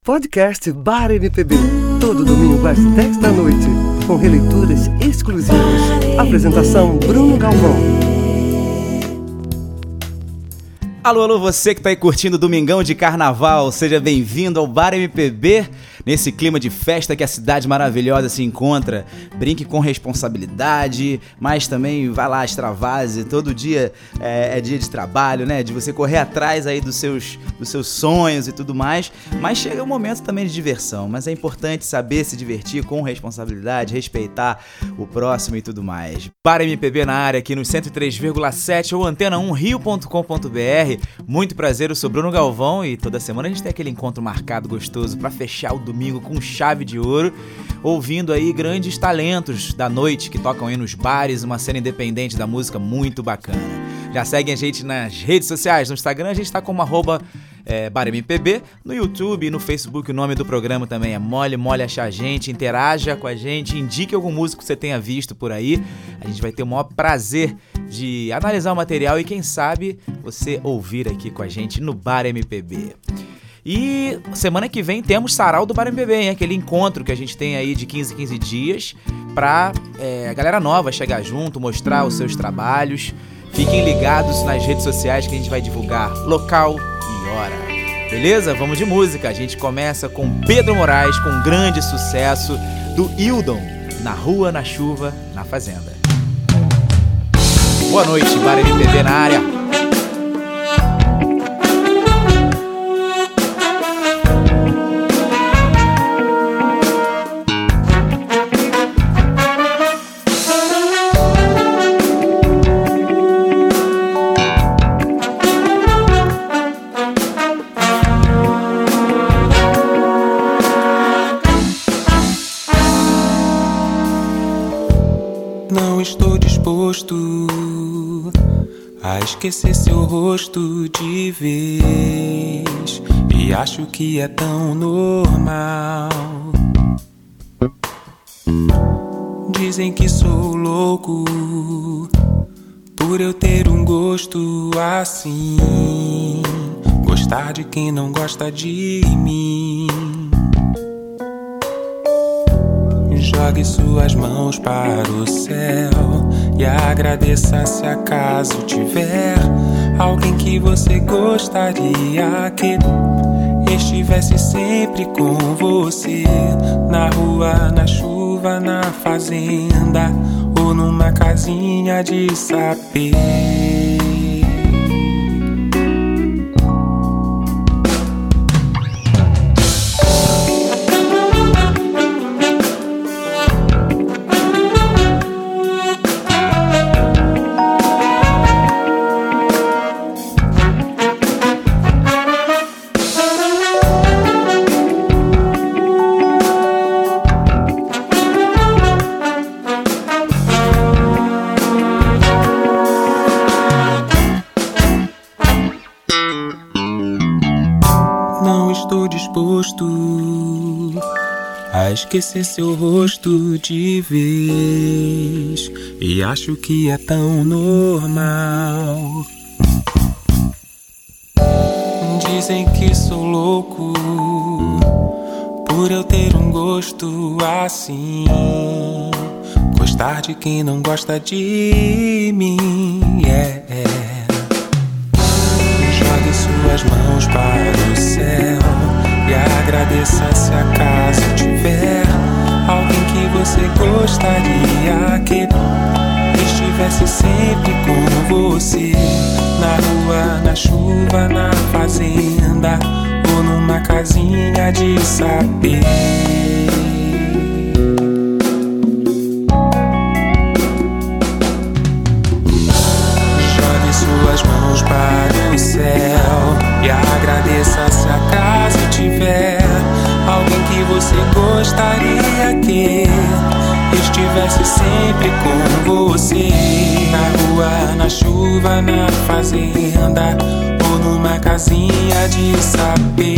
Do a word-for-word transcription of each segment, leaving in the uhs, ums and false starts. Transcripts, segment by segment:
Podcast Bar M P B, todo domingo às dez da noite, com releituras exclusivas. Apresentação Bruno Galvão. Alô, alô, você que tá aí curtindo o Domingão de Carnaval, seja bem-vindo ao Bar M P B, nesse clima de festa que a cidade maravilhosa se encontra. Brinque com responsabilidade, mas também vai lá, extravase, todo dia é, é dia de trabalho, né, de você correr atrás aí dos seus, dos seus sonhos e tudo mais, mas chega um momento também de diversão, mas é importante saber se divertir com responsabilidade, respeitar o próximo e tudo mais. Bar M P B na área aqui no cento e três vírgula sete ou antena um rio ponto com ponto br. Muito prazer, eu sou Bruno Galvão e toda semana a gente tem aquele encontro marcado gostoso para fechar o domingo com chave de ouro, ouvindo aí grandes talentos da noite que tocam aí nos bares, uma cena independente da música muito bacana. Já seguem a gente nas redes sociais, no Instagram a gente tá como arroba é, Bar M P B, no YouTube e no Facebook o nome do programa também é Mole Mole Achar a Gente, interaja com a gente, indique algum músico que você tenha visto por aí, a gente vai ter o maior prazer de analisar o material e quem sabe você ouvir aqui com a gente no Bar M P B. E semana que vem temos Sarau do Bar M P B, hein? Aquele encontro que a gente tem aí de quinze em quinze dias pra é, a galera nova chegar junto, mostrar os seus trabalhos. Fiquem ligados nas redes sociais que a gente vai divulgar local e hora. Beleza? Vamos de música. A gente começa com Pedro Moraes, com um grande sucesso do Hildon, Na Rua, na Chuva, na Fazenda. Boa noite, Bar M P B na área. Não estou disposto a esquecer seu rosto de vez, e acho que é tão normal. Dizem que sou louco por eu ter um gosto assim, gostar de quem não gosta de mim. Jogue suas mãos para o céu e agradeça se acaso tiver alguém que você gostaria que estivesse sempre com você, na rua, na chuva, na fazenda ou numa casinha de sapê. A esquecer seu rosto de vez, e acho que é tão normal. Dizem que sou louco por eu ter um gosto assim, gostar de quem não gosta de mim. Yeah. Jogue suas mãos para o céu e agradeça se acaso tiver alguém que você gostaria que estivesse sempre com você, na rua, na chuva, na fazenda ou numa casinha de sapê. Jogue suas mãos para o céu e agradeça se acaso tiver alguém que você gostaria que estivesse sempre com você, na rua, na chuva, na fazenda ou numa casinha de sapê.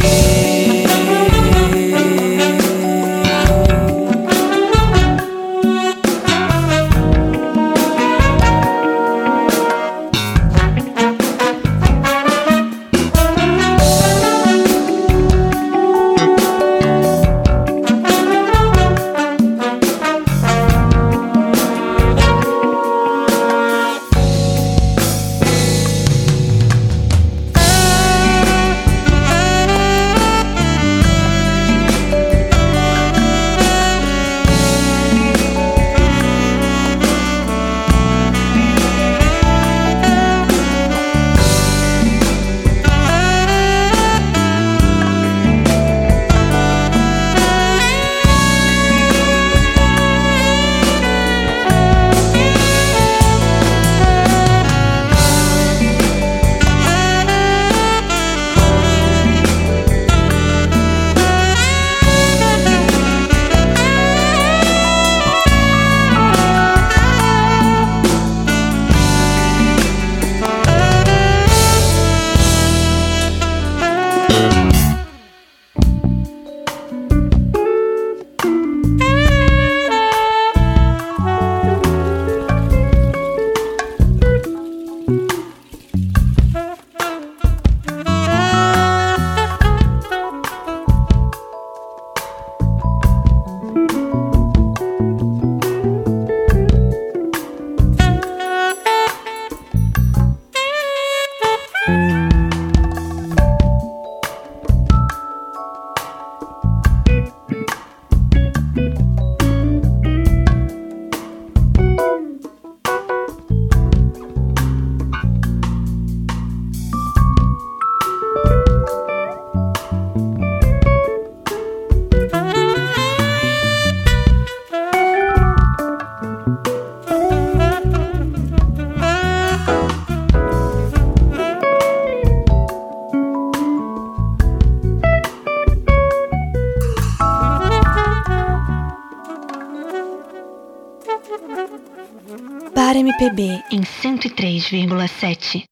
Bar M P B em cento e três vírgula sete.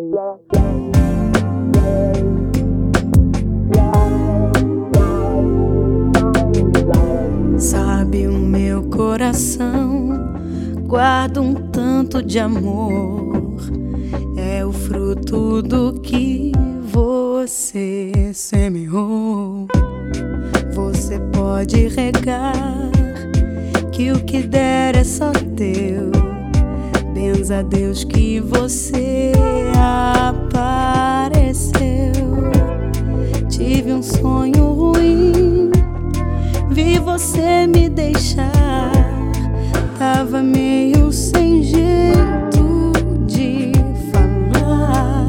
Sabe, o meu coração guarda um tanto de amor. É o fruto do que você semeou. Você pode regar, que o que der é só teu. Benza a Deus que você apareceu. Tive um sonho ruim, vi você me deixar. Tava meio sem jeito de falar.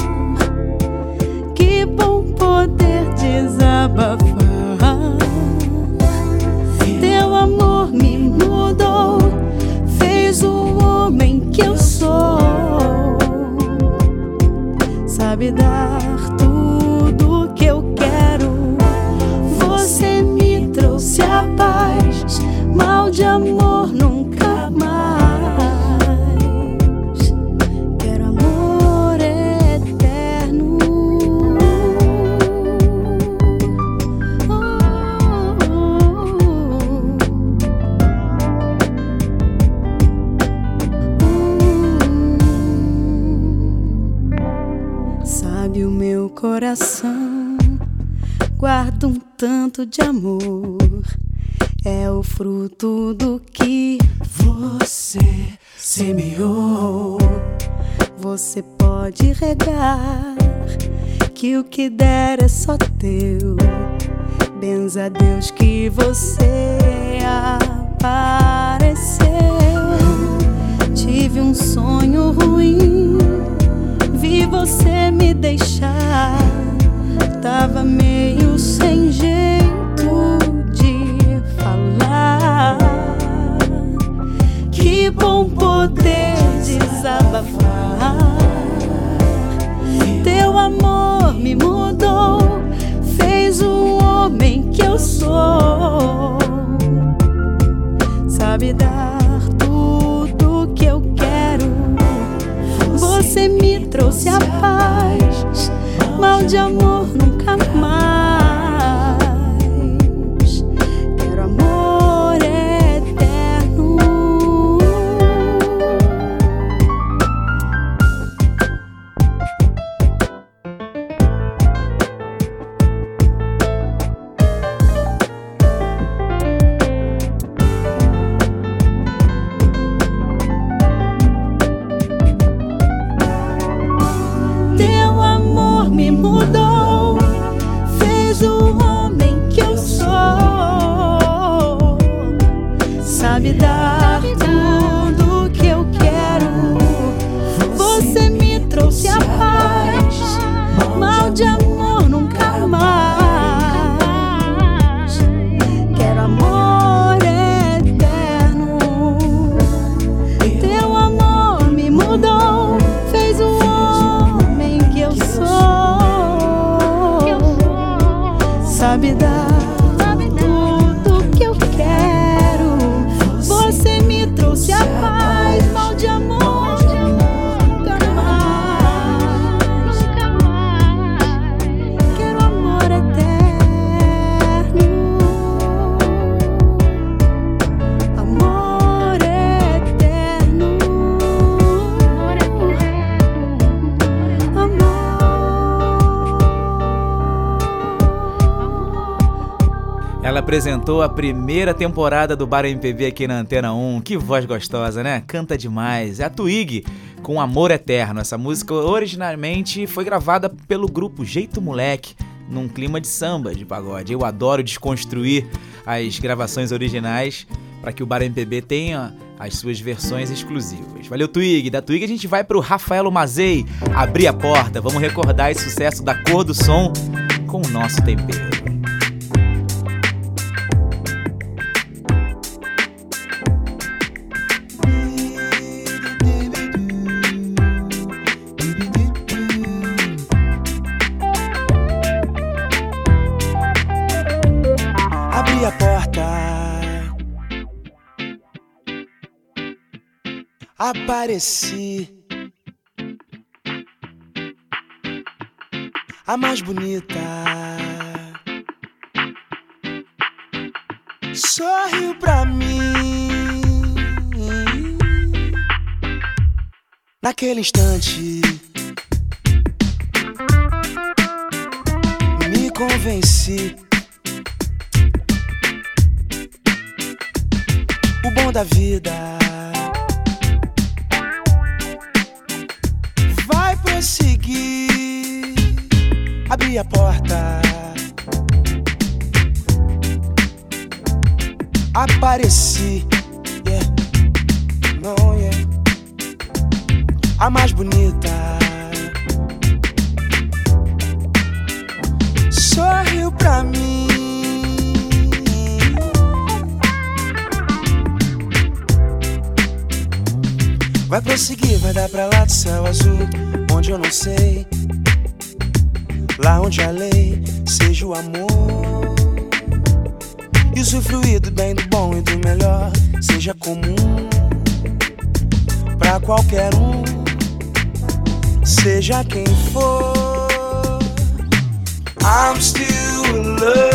Que bom poder desabafar. Teu amor me mudou, fez o homem que eu sou. Sabe dar tudo que eu quero. Você me trouxe a paz, mal de amor nunca mais. Quero amor eterno. Sabe, o meu coração guarda um tanto de amor. É o fruto do que você semeou. Você pode regar, que o que der é só teu. Benza a Deus que você apareceu. Tive um sonho ruim, vi você me deixar. Tava meio sem jeito de falar. Que bom poder desabafar. Teu amor me mudou, fez o homem que eu sou. Sabe dar tudo que eu quero. Você me trouxe a paz, mal de amor nunca mais. Quero amor eterno. Teu amor me mudou, fez o homem que eu sou. Sabe dar tudo que eu quero. Você me trouxe a paz, mal de amor nunca mais. Quero amor eterno. Teu amor me mudou, fez o homem que eu sou. Sabe dar tudo que eu quero. Você me trouxe a paz, mal de amor nunca mais. Quero amor eterno. Amor eterno. Amor. Ela apresentou a primeira temporada do Bar M P B aqui na Antena um. Que voz gostosa, né? Canta demais. É a Twig com Amor Eterno. Essa música originalmente foi gravada pelo grupo Jeito Moleque num clima de samba, de pagode. Eu adoro desconstruir as gravações originais para que o Bar M P B tenha as suas versões exclusivas. Valeu, Twig! Da Twig a gente vai pro Rafael Mazei, Abrir a Porta. Vamos recordar esse sucesso da Cor do Som com o nosso tempero. Abri a porta, apareci, a mais bonita, sorriu pra mim. Naquele instante me convenci. O bom da vida vai prosseguir. Abri a porta, apareci, yeah, não, yeah. A mais bonita sorriu pra mim. Vai prosseguir, vai dar pra lá do céu azul, onde eu não sei, lá onde a lei seja o amor. E usufruir do bem, do bom e do melhor seja comum pra qualquer um, seja quem for. I'm still in love.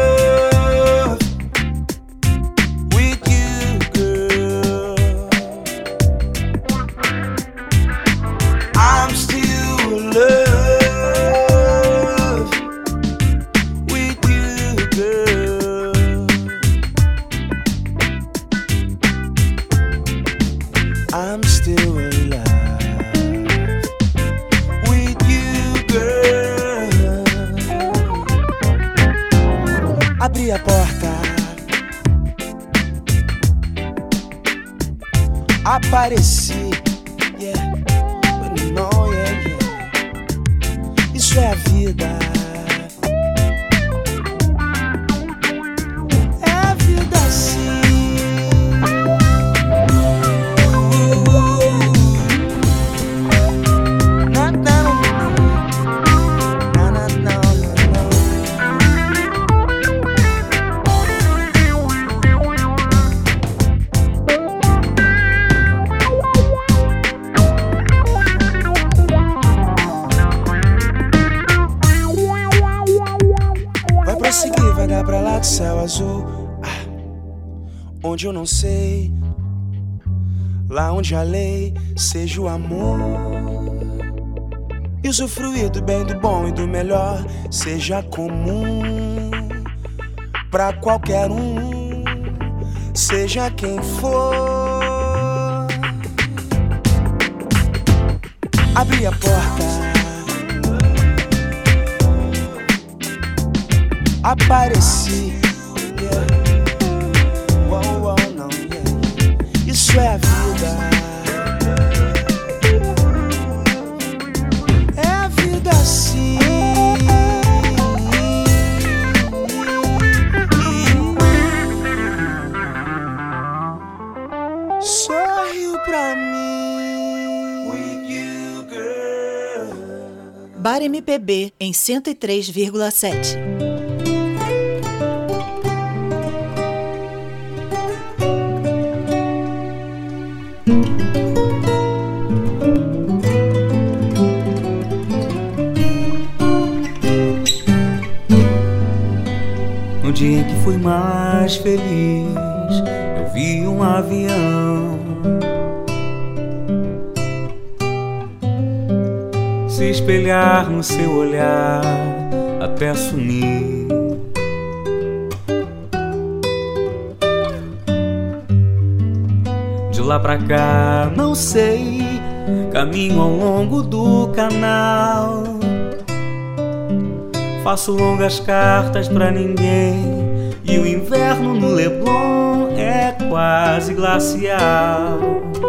Abri a porta, apareci, yeah, não, yeah, yeah. Isso é a vida, é a vida assim. Prosseguir, vai dar pra lá do céu azul, ah, onde eu não sei, lá onde a lei seja o amor. E usufruir do bem, do bom e do melhor seja comum pra qualquer um, seja quem for. Abri a porta, apareci, yeah. Uou, uou, não, yeah. Isso é a vida, é a vida assim. Sorriu pra mim, with you, girl. Bar M P B em cento e três vírgula sete. No dia em que fui mais feliz, eu vi um avião se espelhar no seu olhar até sumir. De lá pra cá, não sei, caminho ao longo do canal, Faço longas cartas pra ninguém, e o inverno no Leblon é quase glacial.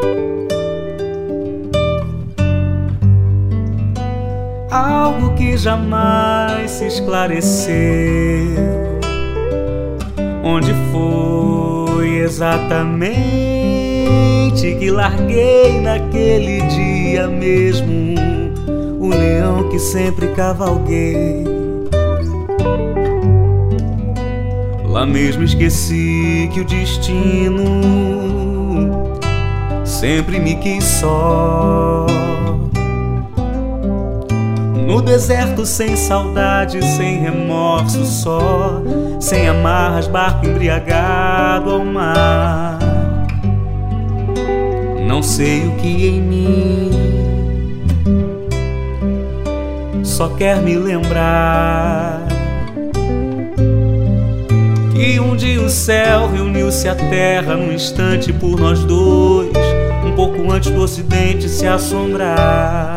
Algo que jamais se esclareceu. Onde foi exatamente que larguei naquele dia mesmo o leão que sempre cavalguei? Lá mesmo esqueci que o destino sempre me quis só. No deserto sem saudade, sem remorso só, sem amarras, barco embriagado ao mar. Não sei o que em mim só quer me lembrar que um dia o céu reuniu-se à terra num instante por nós dois, um pouco antes do ocidente se assombrar.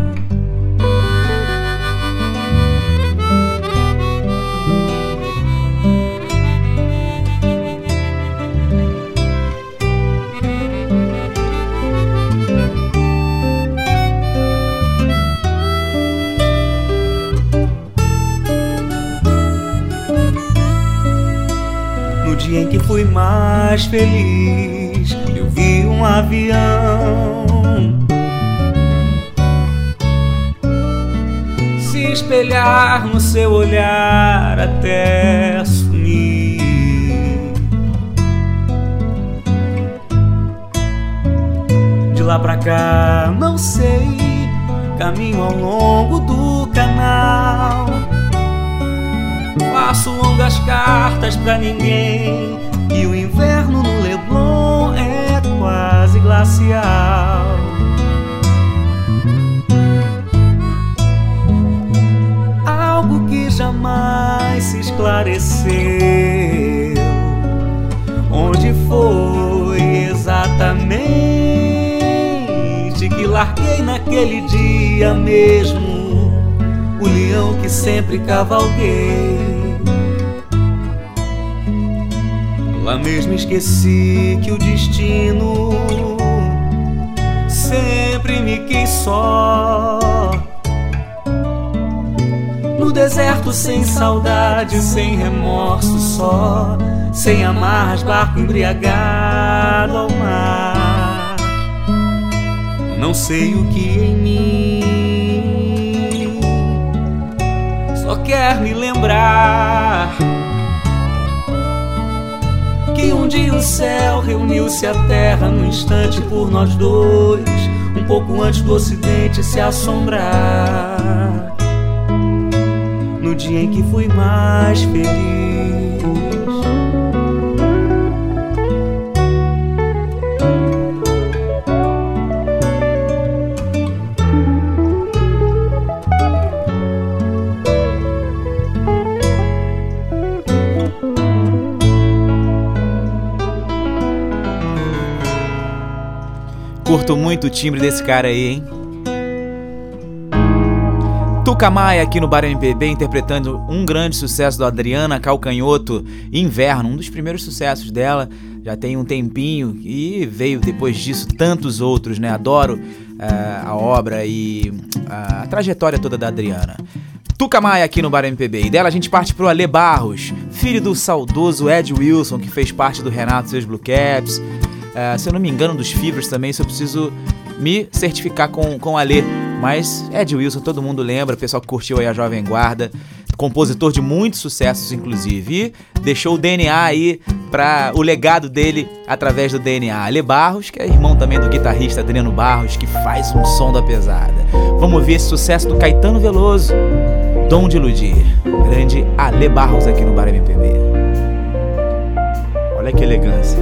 Em que fui mais feliz, eu vi um avião se espelhar no seu olhar até sumir. De lá pra cá, não sei, caminho ao longo do canal. Faço longas cartas pra ninguém, e o inverno no Leblon é quase glacial. Algo que jamais se esclareceu. Onde foi exatamente que larguei naquele dia mesmo o leão que sempre cavalguei? Lá mesmo esqueci que o destino sempre me quis só. No deserto sem saudade, sem remorso só, sem amarras, barco embriagado ao mar. Não sei o que em mim só quer me lembrar que um dia o céu reuniu-se à terra num instante por nós dois, um pouco antes do ocidente se assombrar. No dia em que fui mais feliz. Curto muito o timbre desse cara aí, hein? Tuca Maia aqui no Bar M P B, interpretando um grande sucesso da Adriana Calcanhoto, Inverno, um dos primeiros sucessos dela, já tem um tempinho e veio depois disso tantos outros, né? Adoro uh, a obra e uh, a trajetória toda da Adriana. Tuca Maia aqui no Bar M P B. E dela a gente parte pro Ale Barros, filho do saudoso Ed Wilson, que fez parte do Renato e seus Blue Caps. Uh, se eu não me engano, dos Fevers também, isso eu preciso me certificar com, com o Ale. Mas Ed Wilson, todo mundo lembra, o pessoal que curtiu aí a Jovem Guarda, compositor de muitos sucessos, inclusive, e deixou o D N A aí para o legado dele através do D N A. Ale Barros, que é irmão também do guitarrista Adriano Barros, que faz um som da pesada. Vamos ver esse sucesso do Caetano Veloso, Dom de Iludir. Grande Ale Barros aqui no Bar M P B. Olha que elegância.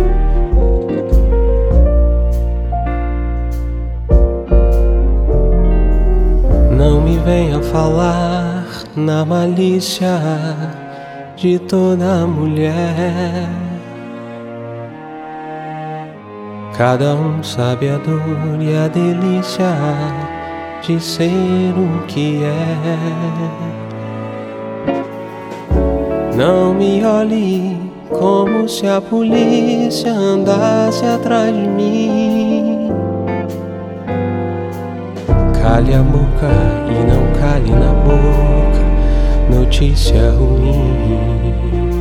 Não me venha falar na malícia de toda mulher. Cada um sabe a dor e a delícia de ser o que é. Não me olhe como se a polícia andasse atrás de mim. Cale a boca e não cale na boca notícia ruim.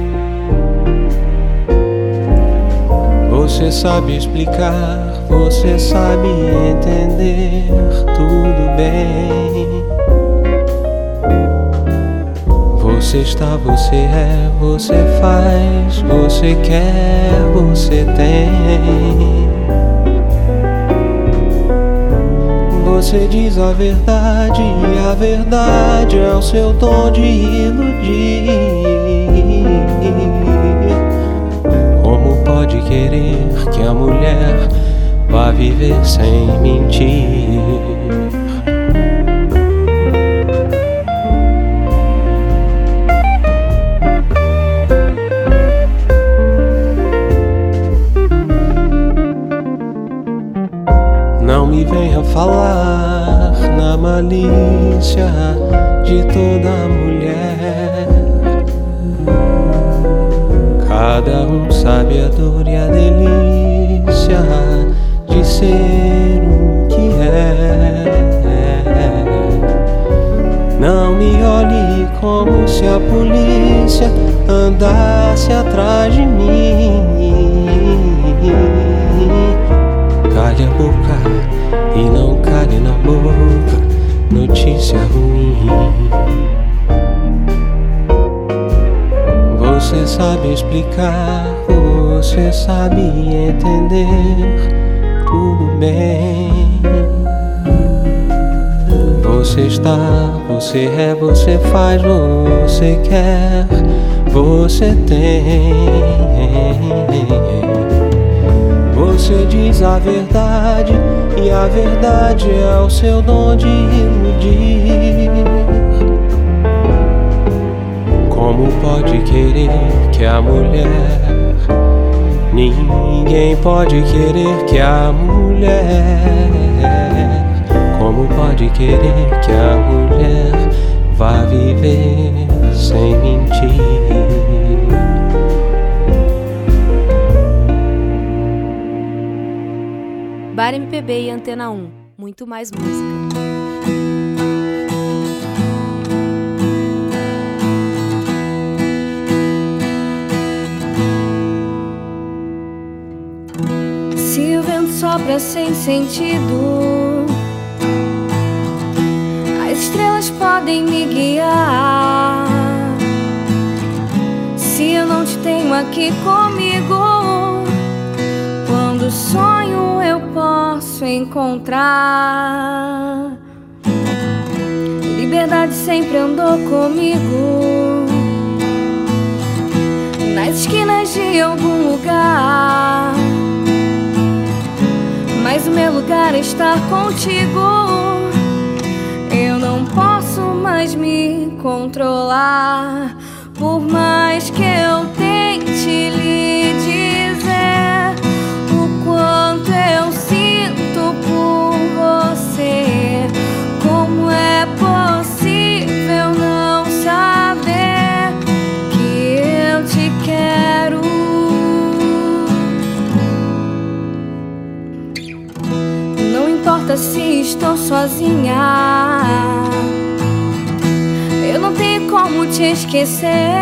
Você sabe explicar, você sabe entender tudo bem. Você está, você é, você faz, você quer, você tem. Você diz a verdade e a verdade é o seu dom de iludir. Como pode querer que a mulher vá viver sem mentir? Não me venha falar na malícia de toda mulher. Cada um sabe a dor e a delícia de ser o que é. Não me olhe como se a polícia andasse atrás de mim. Cale a boca e não cale na boca notícia ruim. Você sabe explicar, você sabe entender tudo bem. Você está, você é, você faz, você quer, você tem. Você diz a verdade e a verdade é o seu dom de iludir. Como pode querer que a mulher, ninguém pode querer que a mulher, como pode querer que a mulher vá viver sem mentir? Bar M P B e Antena um, muito mais música. Se o vento sopra sem sentido, as estrelas podem me guiar. Se eu não te tenho aqui comigo, quando sonho eu posso encontrar. Liberdade sempre andou comigo, nas esquinas de algum lugar. Mas o meu lugar é estar contigo. Eu não posso mais me controlar, por mais que eu tente lhe dizer o quanto eu sinto por você. Como é possível não saber que eu te quero? Não importa se estou sozinha, eu não tenho como te esquecer.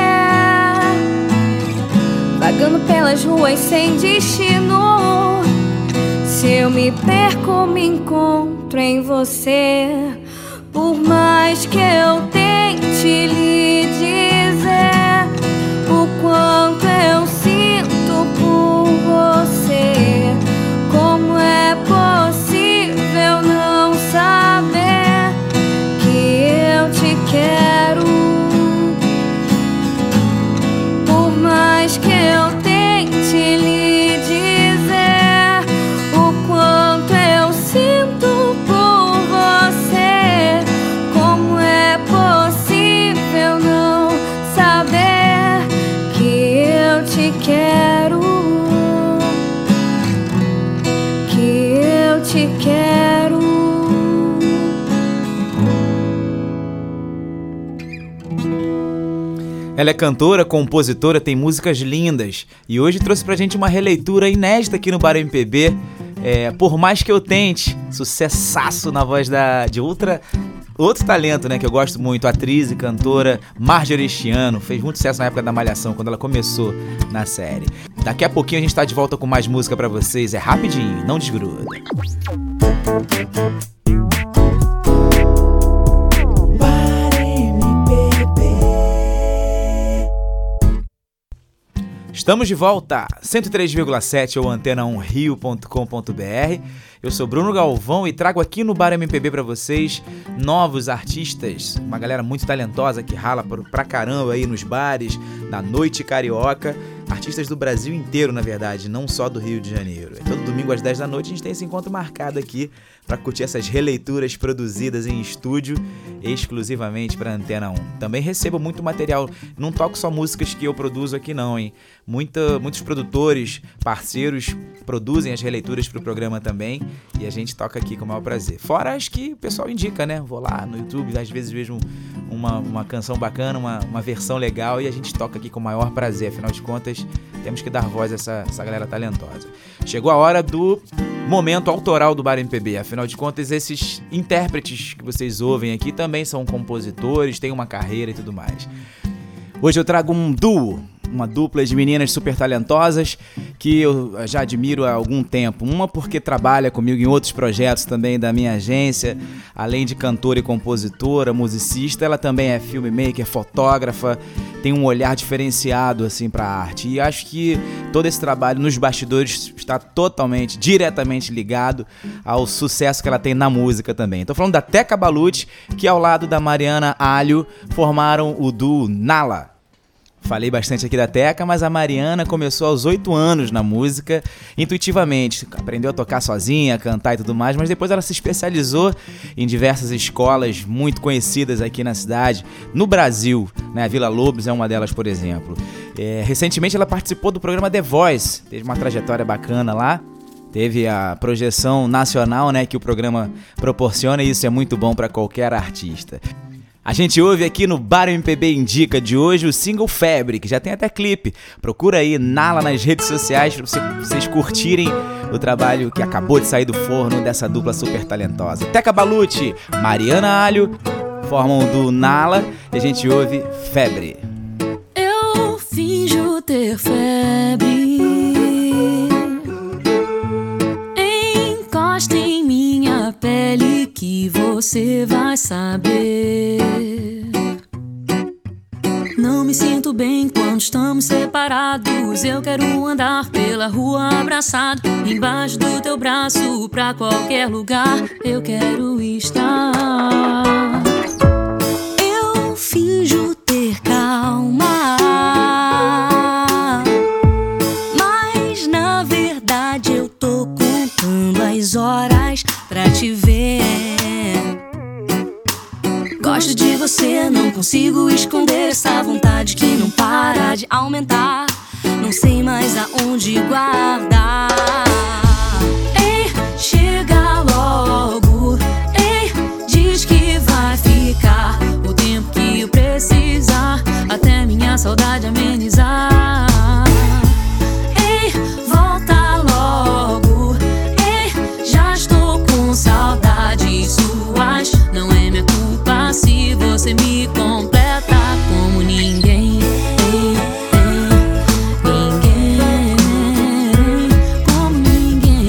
Vagando pelas ruas sem destino, se eu me perco, me encontro em você. Por mais que eu tente lhe dizer o quanto eu sinto por você. Como é possível não saber que eu te quero? Por mais que eu tente lhe dizer o quanto eu sinto por você. Como é possível não saber que eu te quero? Que eu te quero. Ela é cantora, compositora, tem músicas lindas e hoje trouxe pra gente uma releitura inédita aqui no Bar M P B. É, Por Mais Que Eu Tente, sucessaço na voz da, de outra, outro talento, né, que eu gosto muito, atriz e cantora Marjorie Este Ano. Fez muito sucesso na época da Malhação, quando ela começou na série. Daqui a pouquinho a gente tá de volta com mais música pra vocês, é rapidinho, não desgruda. Estamos de volta, cento e três vírgula sete ou antena um rio ponto com ponto b r. Eu sou Bruno Galvão e trago aqui no Bar M P B pra vocês novos artistas, uma galera muito talentosa que rala pra caramba aí nos bares, na noite carioca. Artistas do Brasil inteiro, na verdade, não só do Rio de Janeiro. Todo domingo às dez da noite a gente tem esse encontro marcado aqui para curtir essas releituras produzidas em estúdio exclusivamente para Antena um. Também recebo muito material, não toco só músicas que eu produzo aqui não, hein? Muita, muitos produtores, parceiros produzem as releituras para o programa também e a gente toca aqui com o maior prazer. Fora as que o pessoal indica, né? Vou lá no YouTube, às vezes vejo uma, uma canção bacana, uma, uma versão legal e a gente toca aqui com o maior prazer. Afinal de contas, temos que dar voz a essa, essa galera talentosa. Chegou a hora do momento autoral do Bar M P B. Afinal de contas, esses intérpretes que vocês ouvem aqui também são compositores, têm uma carreira e tudo mais. Hoje eu trago um duo, uma dupla de meninas super talentosas que eu já admiro há algum tempo. Uma porque trabalha comigo em outros projetos também da minha agência, além de cantora e compositora, musicista, ela também é filmmaker, fotógrafa, tem um olhar diferenciado assim para a arte. E acho que todo esse trabalho nos bastidores está totalmente, diretamente ligado ao sucesso que ela tem na música também. Estou falando da Teca Balucci, que ao lado da Mariana Alho formaram o duo Nala. Falei bastante aqui da Teca, mas a Mariana começou aos oito anos na música, intuitivamente, aprendeu a tocar sozinha, a cantar e tudo mais, mas depois ela se especializou em diversas escolas muito conhecidas aqui na cidade, no Brasil, né? A Vila Lobos é uma delas, por exemplo. É, recentemente ela participou do programa The Voice, teve uma trajetória bacana lá, teve a projeção nacional, né, que o programa proporciona e isso é muito bom para qualquer artista. A gente ouve aqui no Bar M P B Indica de hoje o single Febre, que já tem até clipe. Procura aí Nala nas redes sociais para você, vocês curtirem o trabalho que acabou de sair do forno dessa dupla super talentosa. Teca Balucci, Mariana Alho formam o duo Nala e a gente ouve Febre. Eu finjo ter febre, encosta em minha pele que você vai saber. Não me sinto bem quando estamos separados. Eu quero andar pela rua abraçado, embaixo do teu braço, pra qualquer lugar eu quero estar. Eu finjo ter calma, mas na verdade eu tô contando as horas pra te ver. Gosto de você, não consigo esconder essa vontade que não para de aumentar. Não sei mais aonde guardar. Ei, chega logo. Ei, diz que vai ficar o tempo que eu precisar, até minha saudade amenizar. Ei, volta logo. Ei, já estou com saudades suas. Não é minha culpa se você me completa como ninguém. Ninguém como ninguém.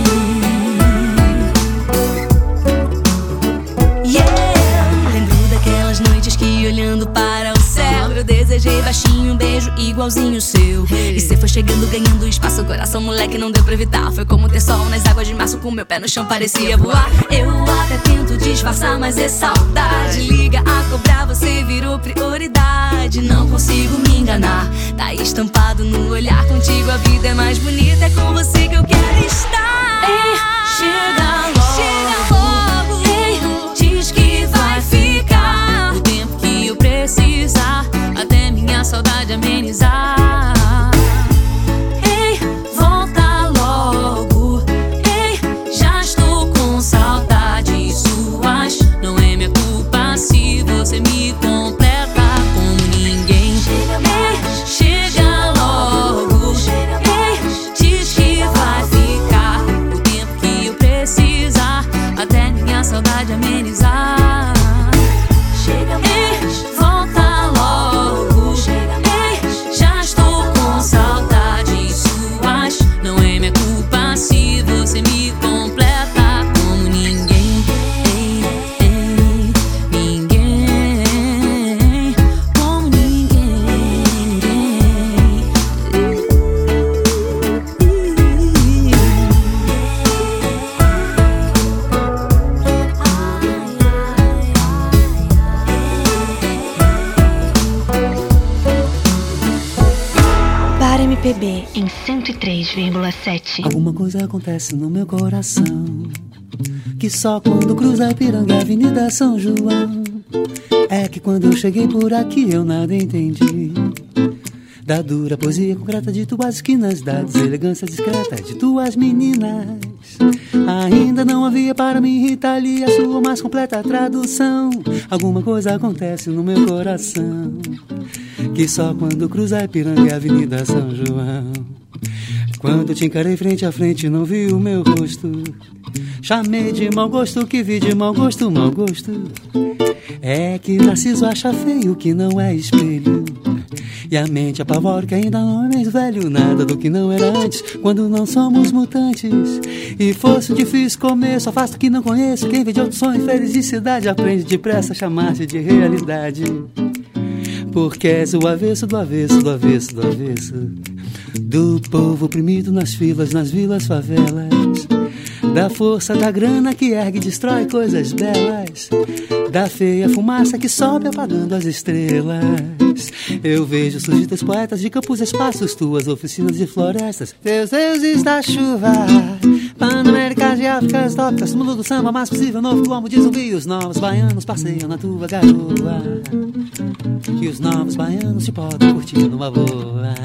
Yeah! Lembro daquelas noites que olhando para o céu eu desejei baixinho um beijo igualzinho o seu. E cê foi chegando, ganhando espaço, o coração moleque não deu pra evitar. Foi como ter sol nas águas de março, com meu pé no chão parecia voar. Eu até tento disfarçar, mas é saudade. Liga a cobrar, você virou prioridade. Não consigo me enganar, tá estampado no olhar. Contigo a vida é mais bonita, é com você que eu quero estar. Ei, chega logo, chega logo. Ei, diz que vai ficar o tempo que eu precisar, até minha saudade amenizar. Ei, volta logo. Ei, já estou com saudades suas. Não é minha culpa se você me completa como ninguém. P B em cento e três vírgula sete. Alguma coisa acontece no meu coração, que só quando cruza a Ipiranga, Avenida São João. É que quando eu cheguei por aqui eu nada entendi da dura poesia concreta de tuas esquinas, da deselegância discreta de tuas meninas. Ainda não havia para mim, Rita Lee, a sua mais completa tradução. Alguma coisa acontece no meu coração, que só quando cruza a Ipiranga e a Avenida São João. Quando te encarei frente a frente não vi o meu rosto, chamei de mau gosto, que vi de mau gosto, mau gosto. É que Narciso acha feio que não é espelho, e a mente apavora que ainda não é mais velho. Nada do que não era antes, quando não somos mutantes. E fosse um difícil começo, afasto que não conheço. Quem vê de outro sonho e felicidade aprende depressa a chamar-se de realidade. Porque és o avesso do avesso, do avesso, do avesso do povo oprimido nas filas, nas vilas, favelas, da força da grana que ergue e destrói coisas belas, da feia fumaça que sobe apagando as estrelas. Eu vejo surgir teus poetas de campos e espaços, tuas oficinas e florestas, teus deuses da chuva, Pan-Américas e Áfricas tópicas, mundo do samba mais possível, novo como de zumbi. Os novos baianos passeiam na tua garoa, e os novos baianos te podem curtir numa boa.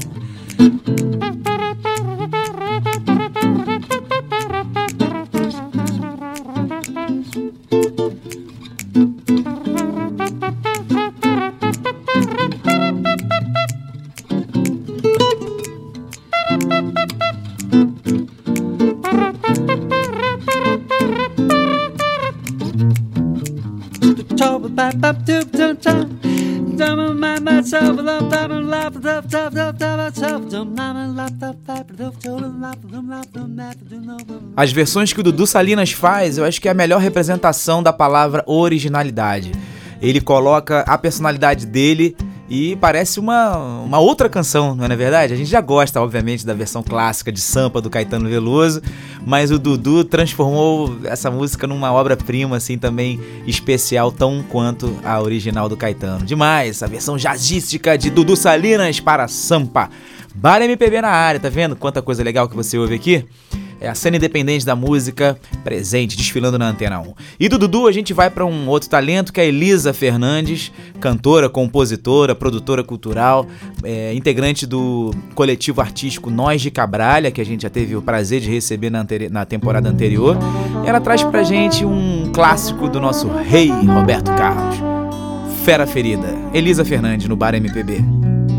As versões que o Dudu Salinas faz, eu acho que é a melhor representação da palavra originalidade. Ele coloca a personalidade dele e parece uma, uma outra canção, não é verdade? A gente já gosta, obviamente, da versão clássica de Sampa do Caetano Veloso, mas o Dudu transformou essa música numa obra-prima, assim, também especial, tão quanto a original do Caetano. Demais, a versão jazzística de Dudu Salinas para Sampa. Bar M P B na área, tá vendo quanta coisa legal que você ouve aqui? É a cena independente da música presente, desfilando na Antena um. E do Dudu a gente vai para um outro talento, que é a Elisa Fernandes, cantora, compositora, produtora cultural, é, integrante do coletivo artístico Nós de Cabralha, que a gente já teve o prazer de receber na, anteri- na temporada anterior. E ela traz pra gente um clássico do nosso rei Roberto Carlos, Fera Ferida. Elisa Fernandes no Bar M P B.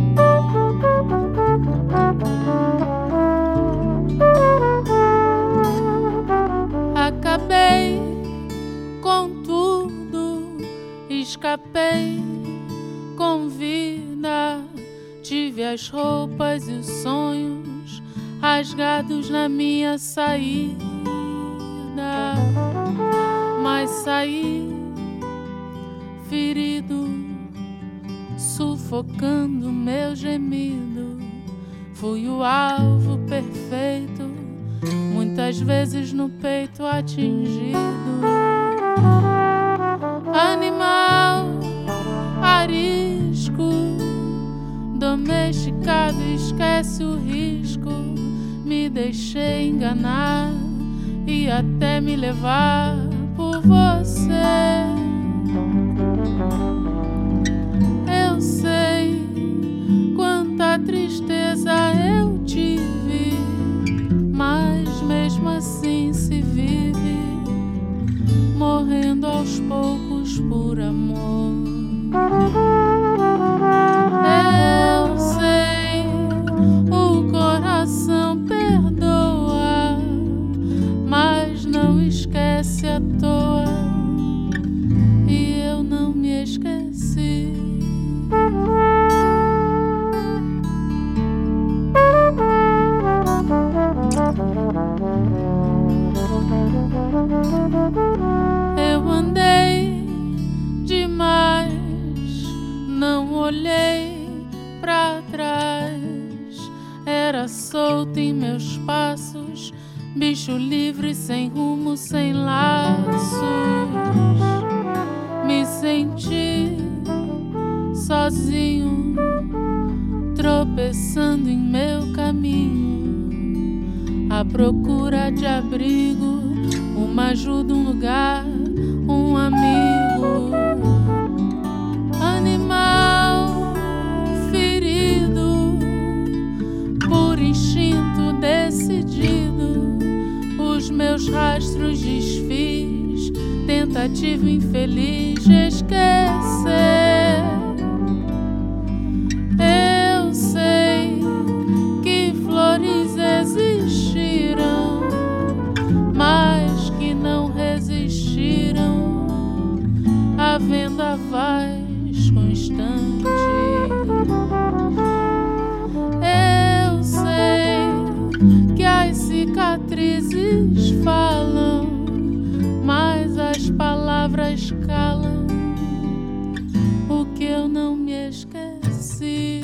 Acabei com tudo, escapei com vida, tive as roupas e os sonhos rasgados na minha saída, mas saí ferido, sufocando meu gemido. Fui o alvo perfeito, muitas vezes no peito atingido. Animal arisco, domesticado, esquece o risco. Me deixei enganar e até me levar por você. Eu sei quanta tristeza eu tive, mas mesmo assim se vive, morrendo aos poucos por amor. Eu sei, o coração perdoa, mas não esquece à toa, e eu não me esqueci. Eu andei demais, não olhei pra trás. Era solto em meus passos, bicho livre, sem rumo, sem laços. Me senti sozinho, tropeçando tropeçando em meu caminho, à procura de abrigo, uma ajuda, um lugar, um amigo. Animal ferido, por instinto decidido, os meus rastros desfiz, tentativa infeliz de esquecer. Eu sei que flores existiram, mas que não resistiram à vendavais constante. Eu sei que as cicatrizes falam, mas as palavras calam o que eu não me esqueci.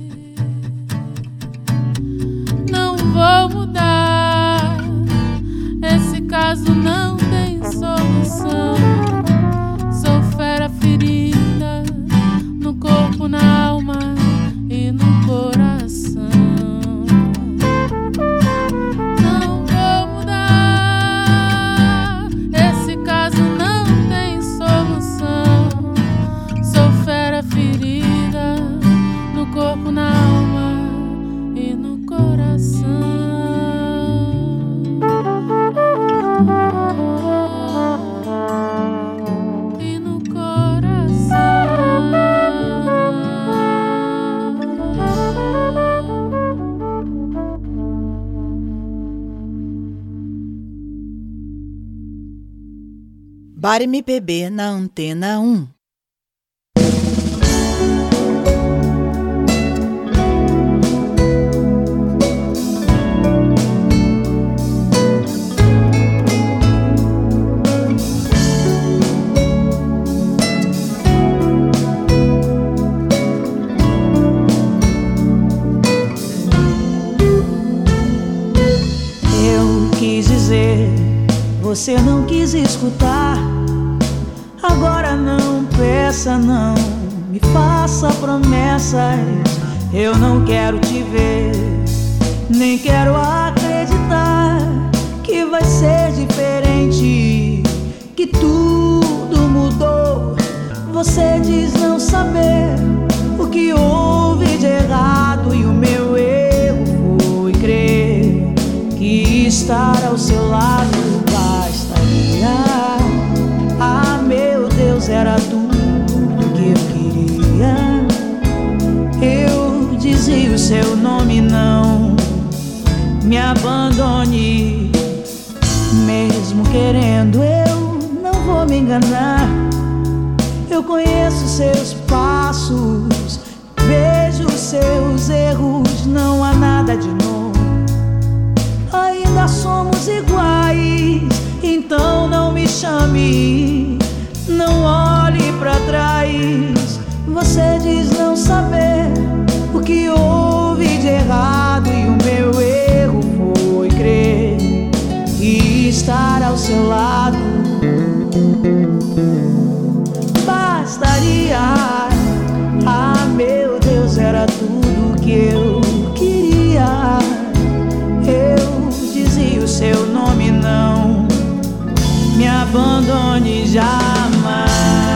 Não vou mudar, esse caso não tem solução. Sou fera ferida no corpo, na alma e no coração. Não vou mudar, esse caso não tem solução. Sou fera ferida no corpo, na alma e no coração. E no coração. Bar M P B na Antena um. Eu quis dizer, você não quis escutar. Agora não peça, não me faça promessas. Eu não quero te ver, nem quero acreditar que vai ser diferente, que tudo mudou. Você diz não saber o que houve de errado, e o meu erro foi crer que estar ao seu lado bastaria. Ah, meu Deus, era tudo que eu queria. Eu dizia o seu nome, não me abandone. Mesmo querendo, eu não vou me enganar. Eu conheço seus passos, vejo seus erros, não há nada de novo. Ainda somos iguais, então não me chame, não olhe pra trás. Você diz não saber o que houve de errado, e o meu erro foi crer e estar ao seu lado bastaria. Ah, meu Deus, era tudo que eu queria. Eu dizia o seu nome, não me abandone jamais.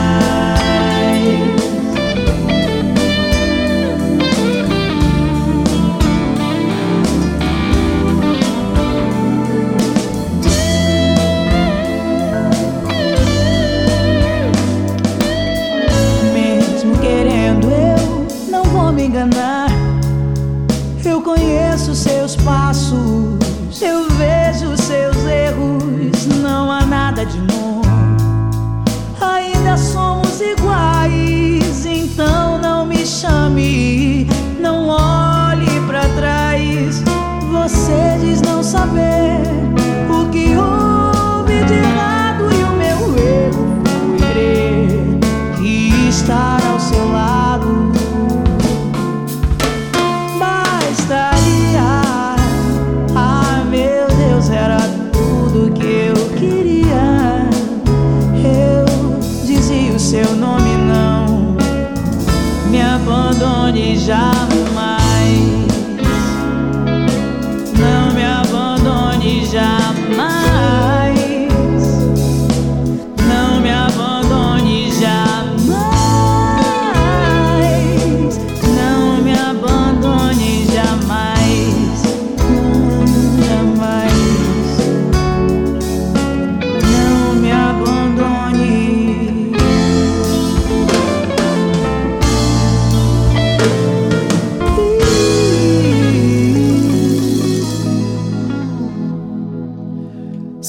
Mesmo querendo, eu não vou me enganar. Eu conheço seus passos, eu vejo seus erros, não há nada de novo. Ainda somos iguais, então não me chame, não olhe pra trás. Você diz não saber o que houve de errado, e o meu erro foi crer que estar ao seu lado bastaria. Ah, meu Deus, era tudo que eu queria.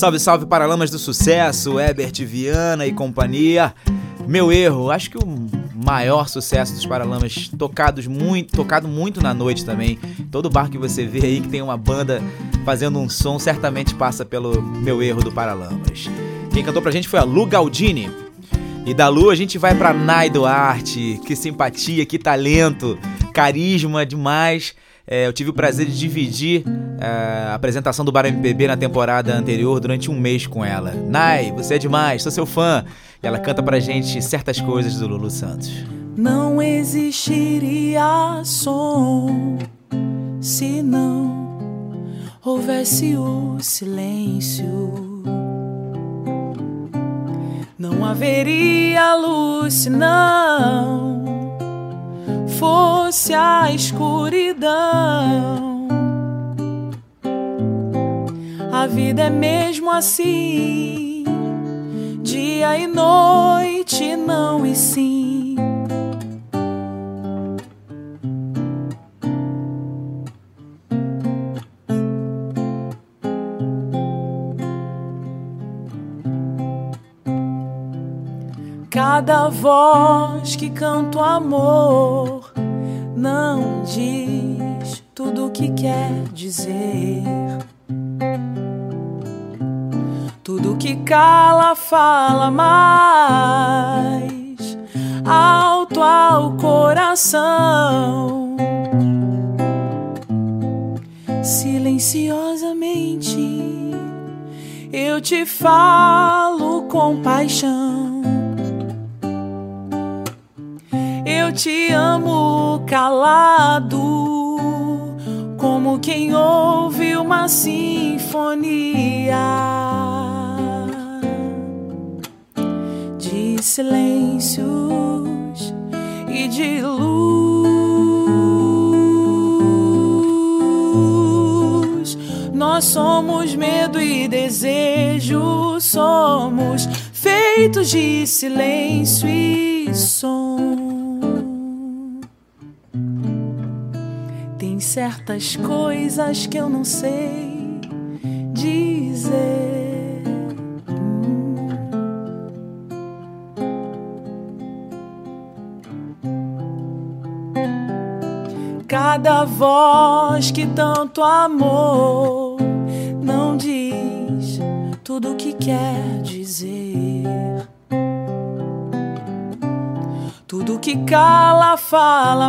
Salve, salve Paralamas do Sucesso, Herbert Viana e companhia. Meu Erro, acho que o maior sucesso dos Paralamas, tocados muito, tocado muito na noite também. Todo bar que você vê aí que tem uma banda fazendo um som, certamente passa pelo Meu Erro do Paralamas. Quem cantou pra gente foi a Lu Galdini. E da Lu a gente vai pra Nay Duarte. Que simpatia, que talento, carisma demais. É, eu tive o prazer de dividir é, a apresentação do Bar M P B na temporada anterior durante um mês com ela. Nay, você é demais, sou seu fã. E ela canta pra gente certas coisas do Lulu Santos. Não existiria som se não houvesse o silêncio. Não haveria luz se não fosse a escuridão. A vida é mesmo assim, dia e noite, não e sim. Cada voz que canta o amor não diz tudo o que quer dizer. Tudo que cala fala mais alto ao coração. Silenciosamente eu te falo com paixão. Eu te amo calado, como quem ouve uma sinfonia de silêncios e de luz. Nós somos medo e desejo, somos feitos de silêncio e som. Tem certas coisas que eu não sei dizer. Cada voz que tanto amor não diz tudo o que quer dizer. Tudo que cala fala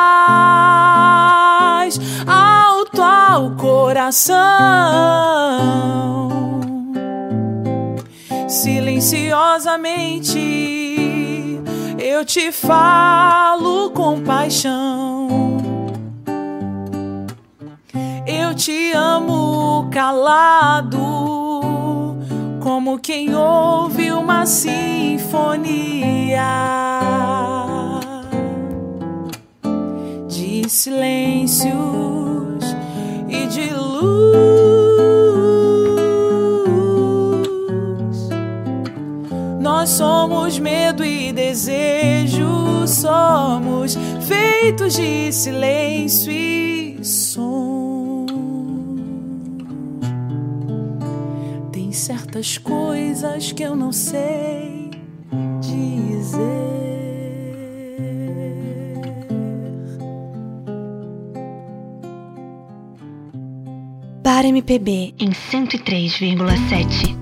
mais alto ao coração. Silenciosamente eu te falo com paixão. Eu te amo calado, como quem ouve uma sinfonia de silêncios e de luz. Nós somos medo e desejo, somos feitos de silêncio e som. Tem certas coisas que eu não sei dizer. Bar M P B em cento e três vírgula sete.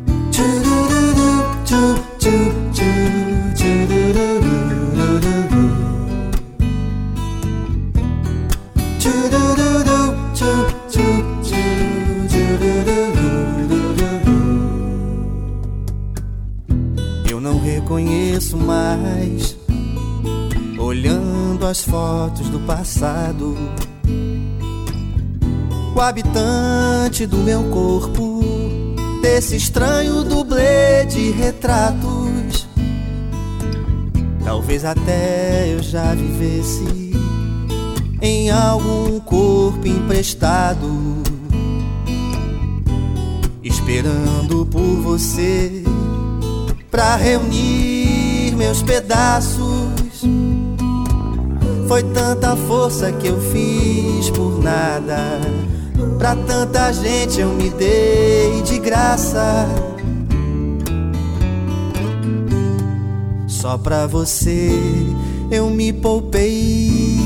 Eu não reconheço mais, olhando as fotos do passado, o habitante do meu corpo, desse estranho dublê de retratos. Talvez até eu já vivesse em algum corpo emprestado, esperando por você pra reunir meus pedaços. Foi tanta força que eu fiz por nada, Pra tanta gente eu me dei de graça. Só pra você eu me poupei.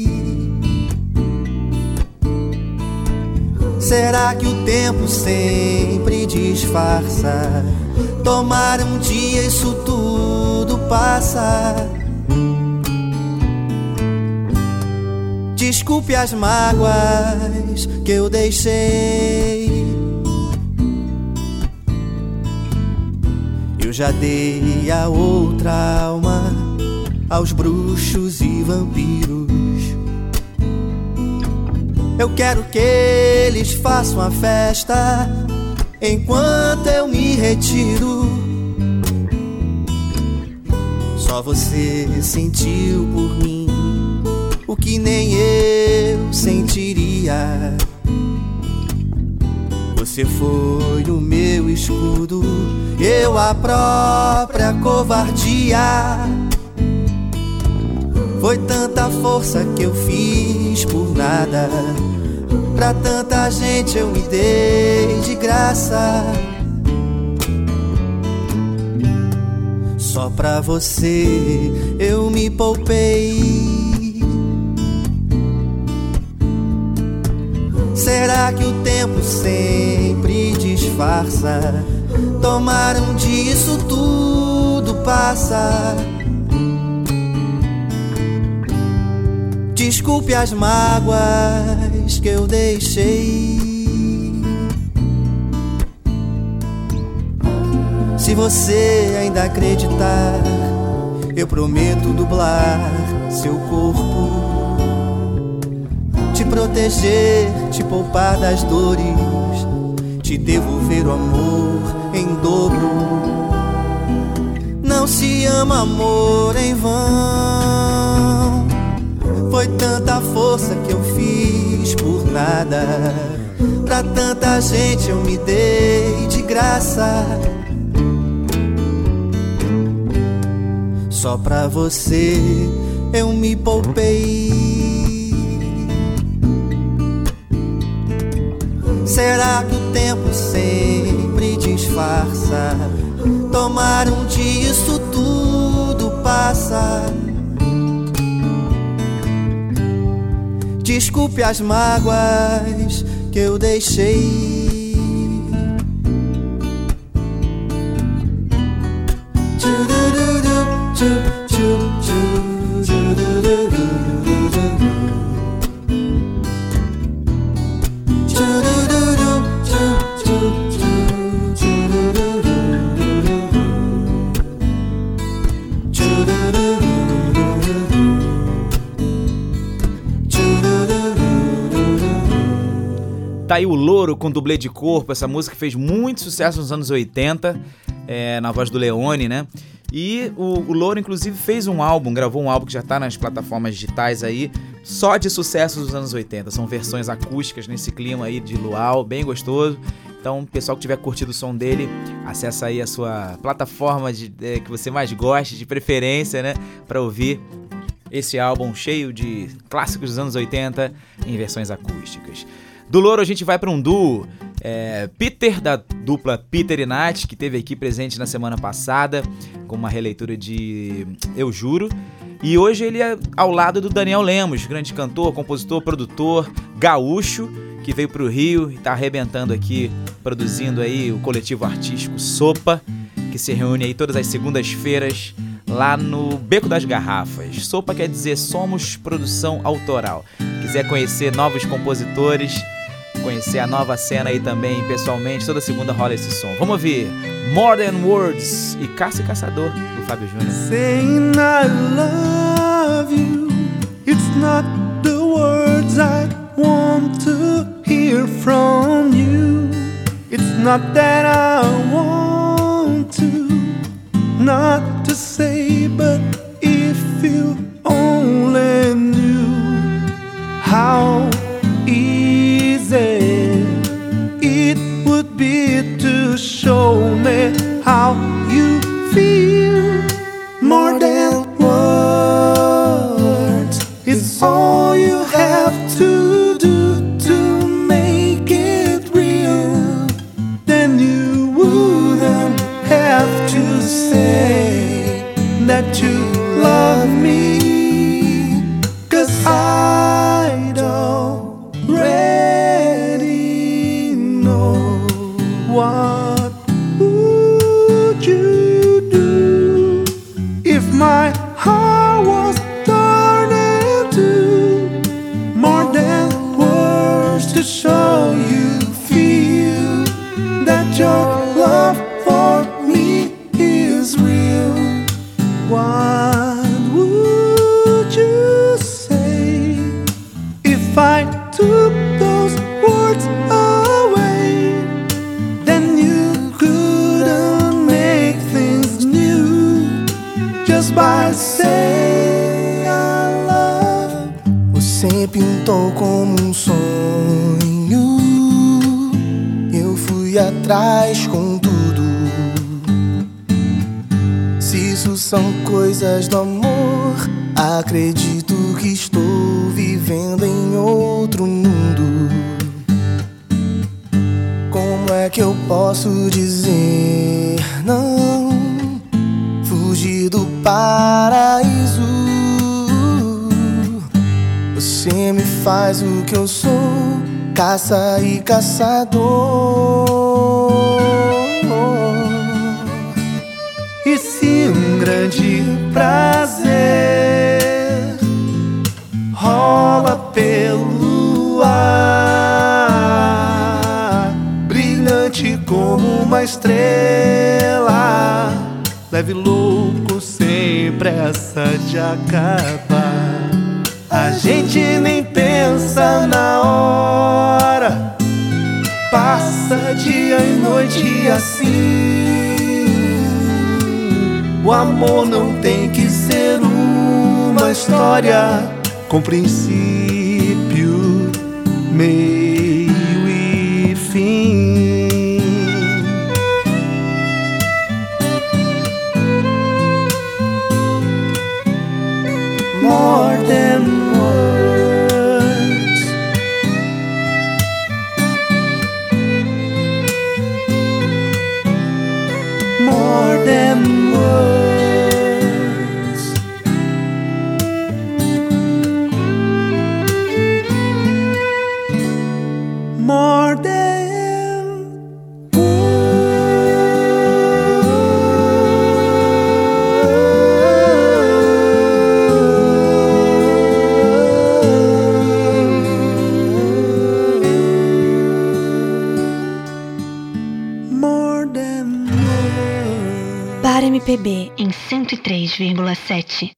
Será que o tempo sempre disfarça? Tomar um dia isso tudo passa. Desculpe as mágoas que eu deixei. Eu já dei a outra alma aos bruxos e vampiros. Eu quero que eles façam a festa enquanto eu me retiro. Só você sentiu por mim o que nem eu sentiria. Você foi o meu escudo, eu a própria covardia. Foi tanta força que eu fiz por nada. Pra tanta gente eu me dei de graça. Só pra você eu me poupei. Será que o tempo sempre disfarça? Tomar um dia isso tudo passa. Desculpe as mágoas que eu deixei. Se você ainda acreditar, eu prometo dublar seu corpo, te proteger, te poupar das dores, te devolver o amor em dobro. Não se ama amor em vão. Foi tanta força que eu fiz por nada. Pra tanta gente eu me dei de graça. Só pra você eu me poupei. Será que o tempo sempre disfarça? Tomar um dia isso tudo passa. Desculpe as mágoas que eu deixei. Tá aí o Louro com dublê de corpo. Essa música fez muito sucesso nos anos oitenta, é, na voz do Leone, né? E o, o Louro, inclusive, fez um álbum, gravou um álbum que já tá nas plataformas digitais aí, só de sucessos dos anos oitenta. São versões acústicas nesse clima aí de luau, bem gostoso. Então, o pessoal que tiver curtido o som dele, acessa aí a sua plataforma de, é, que você mais goste, de preferência, né? Pra ouvir esse álbum cheio de clássicos dos anos oitenta em versões acústicas. Do Louro a gente vai para um duo, é, Peter, da dupla Peter e Nath, que esteve aqui presente na semana passada com uma releitura de Eu Juro. E hoje ele é ao lado do Daniel Lemos, grande cantor, compositor, produtor, gaúcho, que veio para o Rio e está arrebentando aqui, produzindo aí o coletivo artístico Sopa, que se reúne aí todas as segundas-feiras lá no Beco das Garrafas. Sopa quer dizer Somos Produção Autoral. Quiser conhecer novos compositores, conhecer a nova cena aí também pessoalmente, toda segunda rola esse som. Vamos ouvir More Than Words e Caça e Caçador, do Fábio Júnior. Saying I love you, it's not the words I want to hear from you. It's not that I want to, not to say, but if you only knew how easy it would be to show me how you feel. More than words, it's all you have to do to make to show you feel that your love for me is real. What would you say if I took those words away? Then you couldn't make things new just by saying I love. Você pintou como um sonho, eu fui atrás com tudo. Se isso são coisas do amor, acredito que estou vivendo em outro mundo. Como é que eu posso dizer não? Fugir do paraíso. Você me faz o que eu sou, caça e caçador. E se um grande prazer rola pelo ar, brilhante como uma estrela, leve louco sem pressa de acabar. A gente nem pensa na hora, passa dia e noite assim. O amor não tem que ser uma história com princípio, meio e fim. More than words. More than words. More than Bar M P B em cento e três vírgula sete.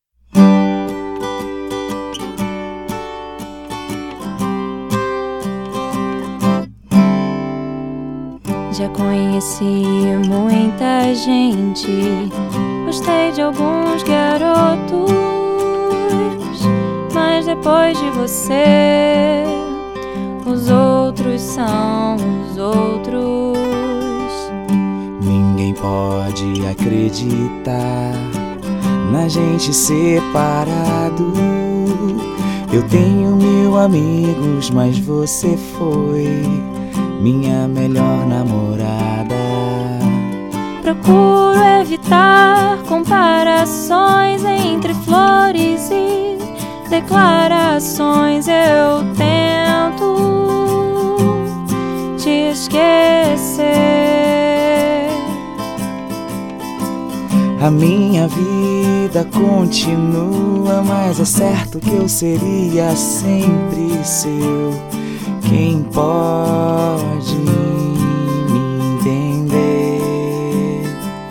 Já conheci muita gente, gostei de alguns garotos, mas depois de você, os outros são os outros. Ninguém pode acreditar na gente separado. Eu tenho mil amigos, mas você foi minha melhor namorada. Procuro evitar comparações entre flores e declarações. Eu tento te esquecer. A minha vida continua, mas é certo que eu seria sempre seu. Quem pode me entender?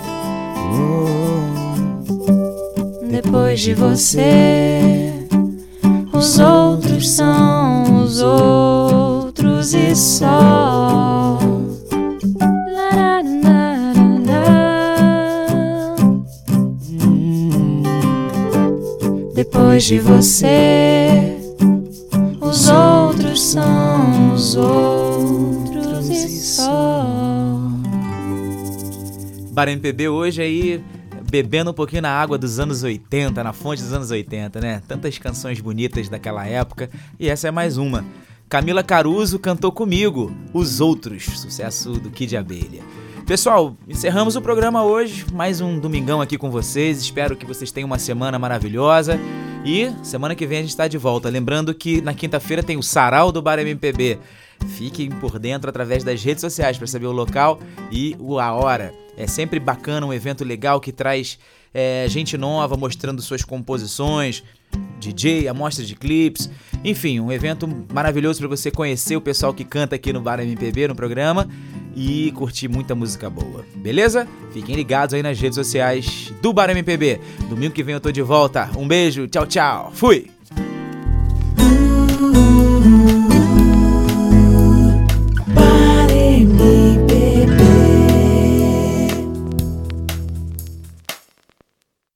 Oh. Depois de você, os outros são os outros e só. Depois de você, os outros são os outros e só. Bar M P B hoje aí, bebendo um pouquinho na água dos anos oitenta, na fonte dos anos oitenta, né? Tantas canções bonitas daquela época, e essa é mais uma. Camila Caruso cantou comigo, Os Outros, sucesso do Kid Abelha. Pessoal, encerramos o programa hoje, mais um domingão aqui com vocês, espero que vocês tenham uma semana maravilhosa e semana que vem a gente está de volta. Lembrando que na quinta-feira tem o Sarau do Bar M P B, fiquem por dentro através das redes sociais para saber o local e a hora. É sempre bacana, um evento legal que traz é, gente nova mostrando suas composições, D J, a mostra de clipes, enfim, um evento maravilhoso para você conhecer o pessoal que canta aqui no Bar M P B, no programa, e curtir muita música boa, beleza? Fiquem ligados aí nas redes sociais do Bar M P B. Domingo que vem eu tô de volta. Um beijo, tchau, tchau, fui!